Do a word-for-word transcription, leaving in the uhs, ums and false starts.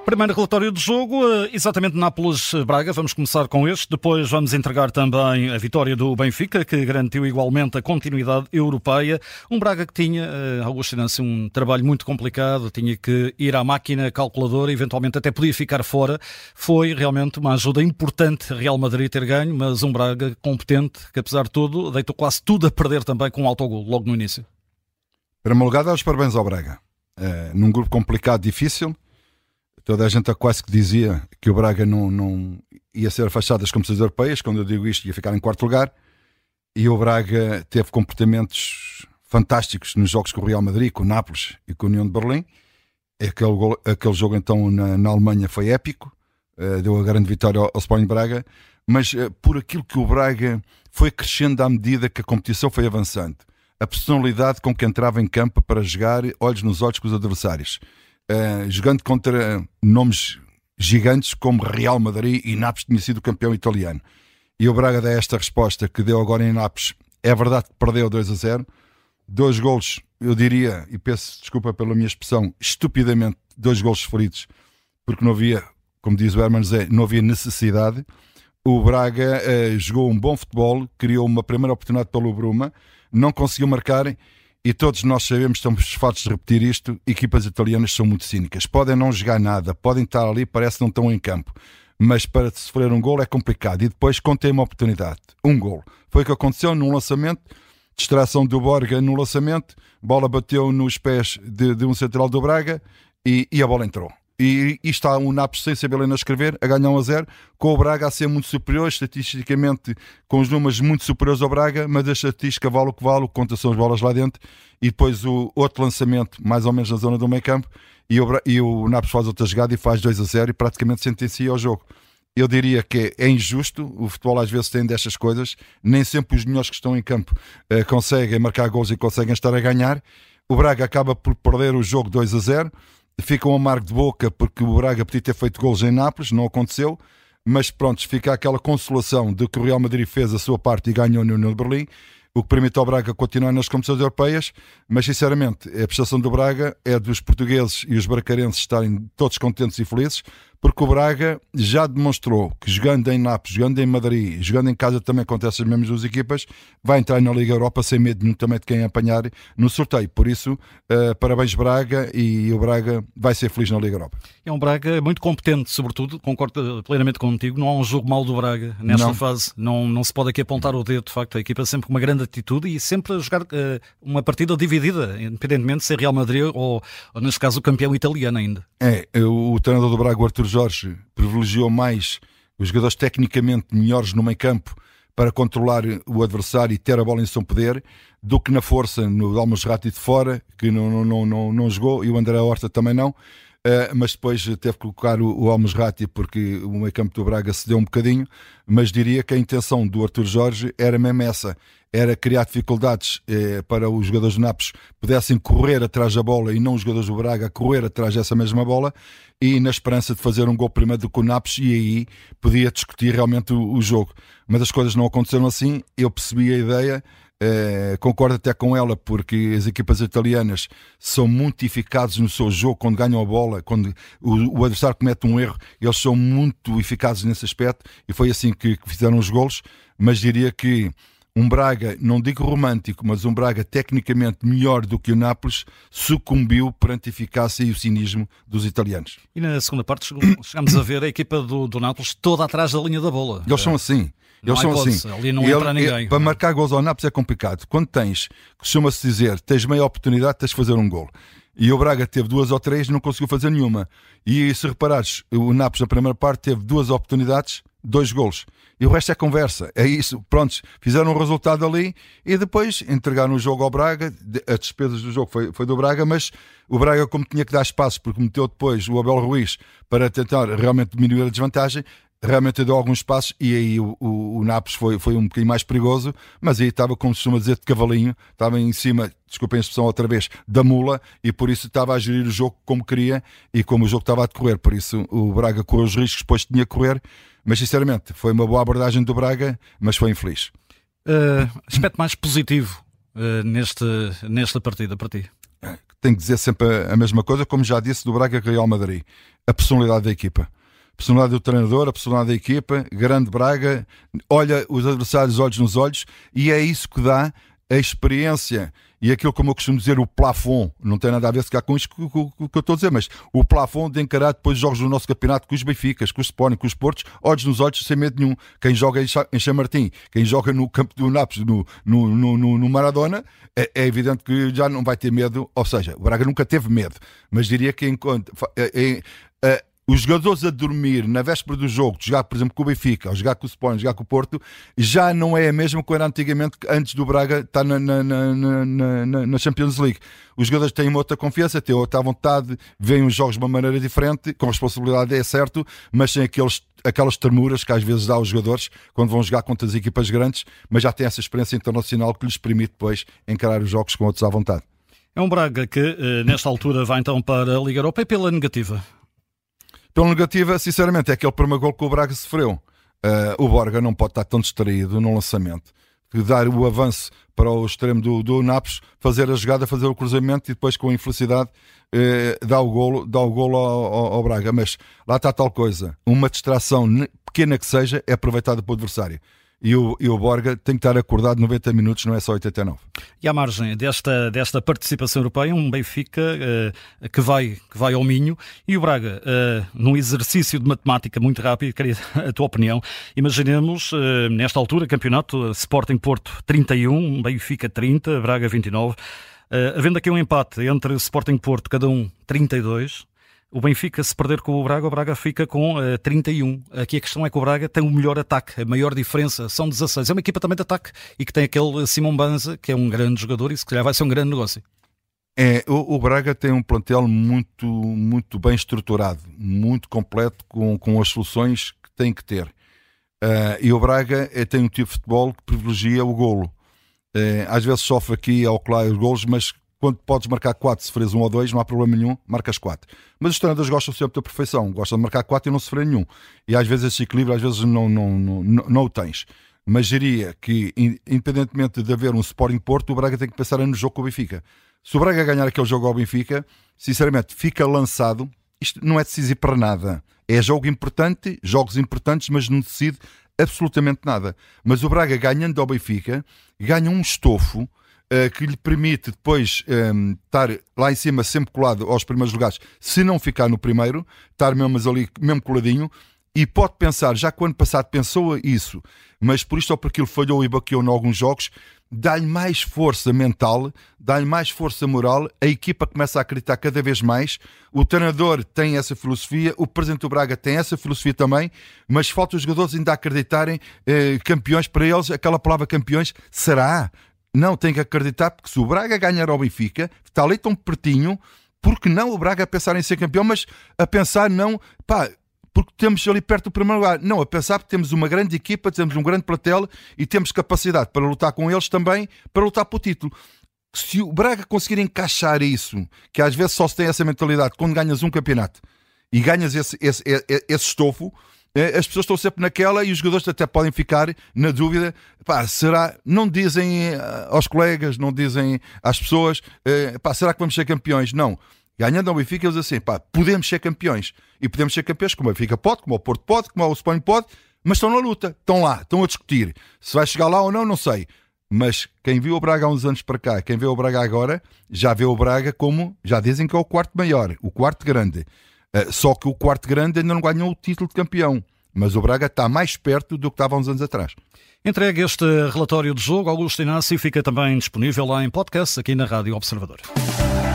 Primeiro relatório do jogo, exatamente Nápoles-Braga. Vamos começar com este. Depois vamos entregar também a vitória do Benfica, que garantiu igualmente a continuidade europeia. Um Braga que tinha, Augusto Inácio, um trabalho muito complicado. Tinha que ir à máquina calculadora, eventualmente até podia ficar fora. Foi realmente uma ajuda importante Real Madrid ter ganho, mas um Braga competente, que apesar de tudo, deitou quase tudo a perder também com um autogol logo no início. Para uma lugar, dá os parabéns ao Braga. É, num grupo complicado, difícil. Toda a gente quase que dizia que o Braga não, não ia ser afastado das competições europeias. Quando eu digo isto, ia ficar em quarto lugar. E o Braga teve comportamentos fantásticos nos jogos com o Real Madrid, com o Nápoles e com a União de Berlim. Aquele, gol, aquele jogo então na, na Alemanha foi épico, uh, deu a grande vitória ao, ao Sporting Braga. Mas uh, por aquilo que o Braga foi crescendo à medida que a competição foi avançando, a personalidade com que entrava em campo para jogar olhos nos olhos com os adversários. Uh, jogando contra nomes gigantes como Real Madrid e Nápoles, tinha sido campeão italiano. E o Braga dá esta resposta que deu agora em Nápoles. É verdade que perdeu dois a zero. Dois golos, eu diria, e peço desculpa pela minha expressão, estupidamente, dois golos feridos, porque não havia, como diz o Herman Zé, não havia necessidade. O Braga uh, jogou um bom futebol, criou uma primeira oportunidade pelo Bruma, não conseguiu marcar. E todos nós sabemos, estamos fartos de repetir isto, equipas italianas são muito cínicas. Podem não jogar nada, podem estar ali, parece que não estão em campo. Mas para sofrer um gol é complicado. E depois contém uma oportunidade. Um gol. Foi o que aconteceu num lançamento, distração do Borja no lançamento, bola bateu nos pés de, de um central do Braga e, e a bola entrou. E, e está o Nápoles sem saber ler a escrever, a ganhar um a zero, com o Braga a ser muito superior, estatisticamente com os números muito superiores ao Braga, mas a estatística vale o que vale, o que conta são as bolas lá dentro, e depois o outro lançamento, mais ou menos na zona do meio campo, e o, e o Nápoles faz outra jogada e faz dois a zero e praticamente sentencia o jogo. Eu diria que é injusto, o futebol às vezes tem destas coisas, nem sempre os melhores que estão em campo eh, conseguem marcar gols e conseguem estar a ganhar. O Braga acaba por perder o jogo dois a zero, fica um amargo de boca porque o Braga podia ter feito golos em Nápoles, não aconteceu, mas pronto, fica aquela consolação de que o Real Madrid fez a sua parte e ganhou no União de Berlim, o que permite ao Braga continuar nas competições europeias. Mas sinceramente a prestação do Braga é dos portugueses e os bracarenses estarem todos contentes e felizes, porque o Braga já demonstrou que jogando em Nápoles, jogando em Madrid, jogando em casa também com essas mesmas duas equipas, vai entrar na Liga Europa sem medo nenhum também de quem apanhar no sorteio. Por isso, uh, parabéns Braga, e o Braga vai ser feliz na Liga Europa. É um Braga muito competente, sobretudo, concordo plenamente contigo, não há um jogo mau do Braga nesta não. fase, não, não se pode aqui apontar o dedo, de facto, a equipa sempre com uma grande atitude e sempre a jogar uh, uma partida dividida, independentemente de ser Real Madrid ou, ou neste caso, o campeão italiano ainda. É, o, o treinador do Braga, o Arthur Jorge, privilegiou mais os jogadores tecnicamente melhores no meio campo para controlar o adversário e ter a bola em seu poder, do que na força no Al-Musrati de fora, que não, não, não, não, não jogou, e o André Horta também não. Uh, mas depois teve que colocar o, o Al-Musrati porque o meio campo do Braga cedeu um bocadinho, mas diria que a intenção do Arthur Jorge era mesmo essa, era criar dificuldades eh, para os jogadores do Nápoles pudessem correr atrás da bola e não os jogadores do Braga correr atrás dessa mesma bola, e na esperança de fazer um gol primeiro do que o Nápoles, e aí podia discutir realmente o, o jogo. Mas as coisas não aconteceram assim. Eu percebi a ideia. Uh, concordo até com ela, porque as equipas italianas são muito eficazes no seu jogo quando ganham a bola, quando o, o adversário comete um erro, eles são muito eficazes nesse aspecto, e foi assim que, que fizeram os golos. Mas diria que um Braga, não digo romântico, mas um Braga tecnicamente melhor do que o Nápoles, sucumbiu perante a eficácia e o cinismo dos italianos. E na segunda parte chegamos a ver a equipa do, do Nápoles toda atrás da linha da bola. Eles são assim. Não Eles são hipótese, assim. Ali não entra ele, ninguém. Ele, para marcar gols ao Nápoles é complicado. Quando tens, costuma-se dizer, tens meia oportunidade, tens de fazer um gol. E o Braga teve duas ou três e não conseguiu fazer nenhuma. E se reparares, o Nápoles na primeira parte teve duas oportunidades, dois golos. E o resto é conversa. É isso. Prontos, fizeram um resultado ali e depois entregaram o jogo ao Braga. As despesas do jogo foi, foi do Braga, mas o Braga, como tinha que dar espaços, porque meteu depois o Abel Ruiz para tentar realmente diminuir a desvantagem, realmente deu alguns passos, e aí o, o, o Nápoles foi, foi um bocadinho mais perigoso, mas aí estava, como se costuma dizer, de cavalinho, estava em cima, desculpem a expressão outra vez, da mula, e por isso estava a gerir o jogo como queria e como o jogo estava a decorrer. Por isso o Braga correu os riscos, depois tinha que correr, mas sinceramente foi uma boa abordagem do Braga, mas foi infeliz. Uh, aspecto mais positivo uh, neste, nesta partida para ti? tenho que dizer sempre a, a mesma coisa, como já disse do Braga Real Madrid. A personalidade da equipa. A personalidade do treinador, a personalidade da equipa, grande Braga, olha os adversários olhos nos olhos, e é isso que dá a experiência e aquilo, como eu costumo dizer, o plafond, não tem nada a ver sequer com isto que, que, que eu estou a dizer, mas o plafond de encarar depois os jogos do nosso campeonato com os Benficas, com os Sporting, com os Portos, olhos nos olhos, sem medo nenhum. Quem joga em Chamartim, quem joga no campo do Nápoles, no, no, no, no, no Maradona, é, é evidente que já não vai ter medo, ou seja, o Braga nunca teve medo, mas diria que enquanto... É, é, é, os jogadores a dormir na véspera do jogo, de jogar, por exemplo, com o Benfica, ou jogar com o Sporting, jogar com o Porto, já não é a mesma que era antigamente, antes do Braga estar na, na, na, na, na Champions League. Os jogadores têm uma outra confiança, têm outra vontade, veem os jogos de uma maneira diferente, com responsabilidade, é certo, mas sem aqueles, aquelas termuras que às vezes dá aos jogadores quando vão jogar contra as equipas grandes, mas já têm essa experiência internacional que lhes permite depois encarar os jogos com outros à vontade. É um Braga que, nesta altura, vai então para a Liga Europa. E pela negativa? Pela negativa, sinceramente, é aquele primeiro gol que o Braga sofreu. Uh, o Borja não pode estar tão distraído no lançamento. Dar o avanço para o extremo do, do Nápoles, fazer a jogada, fazer o cruzamento e depois, com infelicidade, uh, dá o golo, dá o golo ao, ao, ao Braga. Mas lá está tal coisa. Uma distração, pequena que seja, é aproveitada pelo adversário. E o, e o Borja tem que estar acordado noventa minutos, não é só oitenta e nove. E à margem desta, desta participação europeia, um Benfica uh, que, vai, que vai ao Minho, e o Braga, uh, num exercício de matemática muito rápido, queria a tua opinião. Imaginemos, uh, nesta altura, campeonato, Sporting Porto trinta e um, Benfica trinta, Braga vinte e nove. Uh, havendo aqui um empate entre Sporting Porto, cada um trinta e dois. O Benfica, se perder com o Braga, o Braga fica com uh, trinta e um. Aqui a questão é que o Braga tem o melhor ataque, a maior diferença, são dezasseis. É uma equipa também de ataque e que tem aquele Simão Banza, que é um grande jogador e se calhar vai ser um grande negócio. É, o, o Braga tem um plantel muito, muito bem estruturado, muito completo, com, com as soluções que tem que ter. Uh, e o Braga é, tem um tipo de futebol que privilegia o golo. Uh, às vezes sofre aqui ao colar os golos, mas quando podes marcar quatro, se sofres um ou dois, não há problema nenhum, marcas quatro. Mas os treinadores gostam sempre da perfeição, gostam de marcar quatro e não sofrer nenhum. E às vezes esse equilíbrio, às vezes não, não, não, não, não o tens. Mas diria que, independentemente de haver um Sporting Porto, o Braga tem que pensar no jogo com o Benfica. Se o Braga ganhar aquele jogo ao Benfica, sinceramente, fica lançado. Isto não é decisivo para nada. É jogo importante, jogos importantes, mas não decide absolutamente nada. Mas o Braga, ganhando ao Benfica, ganha um estofo que lhe permite depois um, estar lá em cima sempre colado aos primeiros lugares, se não ficar no primeiro, estar mesmo ali mesmo coladinho, e pode pensar, já que o ano passado pensou isso, mas por isto ou por aquilo falhou e baqueou em alguns jogos, dá-lhe mais força mental, dá-lhe mais força moral, a equipa começa a acreditar cada vez mais, o treinador tem essa filosofia, o presidente do Braga tem essa filosofia também, mas falta os jogadores ainda acreditarem eh, campeões, para eles aquela palavra campeões, será? Não, tem que acreditar, porque se o Braga ganhar ao Benfica, está ali tão pertinho, porque não o Braga a pensar em ser campeão, mas a pensar não, pá, porque temos ali perto do primeiro lugar. Não, a pensar porque temos uma grande equipa, temos um grande plantel e temos capacidade para lutar com eles também, para lutar pelo título. Se o Braga conseguir encaixar isso, que às vezes só se tem essa mentalidade, quando ganhas um campeonato e ganhas esse, esse, esse, esse estofo, as pessoas estão sempre naquela e os jogadores até podem ficar na dúvida, pá, será, não dizem aos colegas, não dizem às pessoas, pá, será que vamos ser campeões? Não, ganhando ao Benfica eles assim, pá, podemos ser campeões, e podemos ser campeões como o Benfica pode, como o Porto pode, como o Sporting pode, mas estão na luta, estão lá, estão a discutir, se vai chegar lá ou não, não sei, mas quem viu o Braga há uns anos para cá, quem vê o Braga agora, já vê o Braga como, já dizem que é o quarto maior, o quarto grande. Uh, só que o quarto grande ainda não ganhou o título de campeão, mas o Braga está mais perto do que estava há uns anos atrás. Entregue este relatório de jogo, Augusto Inácio, fica também disponível lá em podcast aqui na Rádio Observador.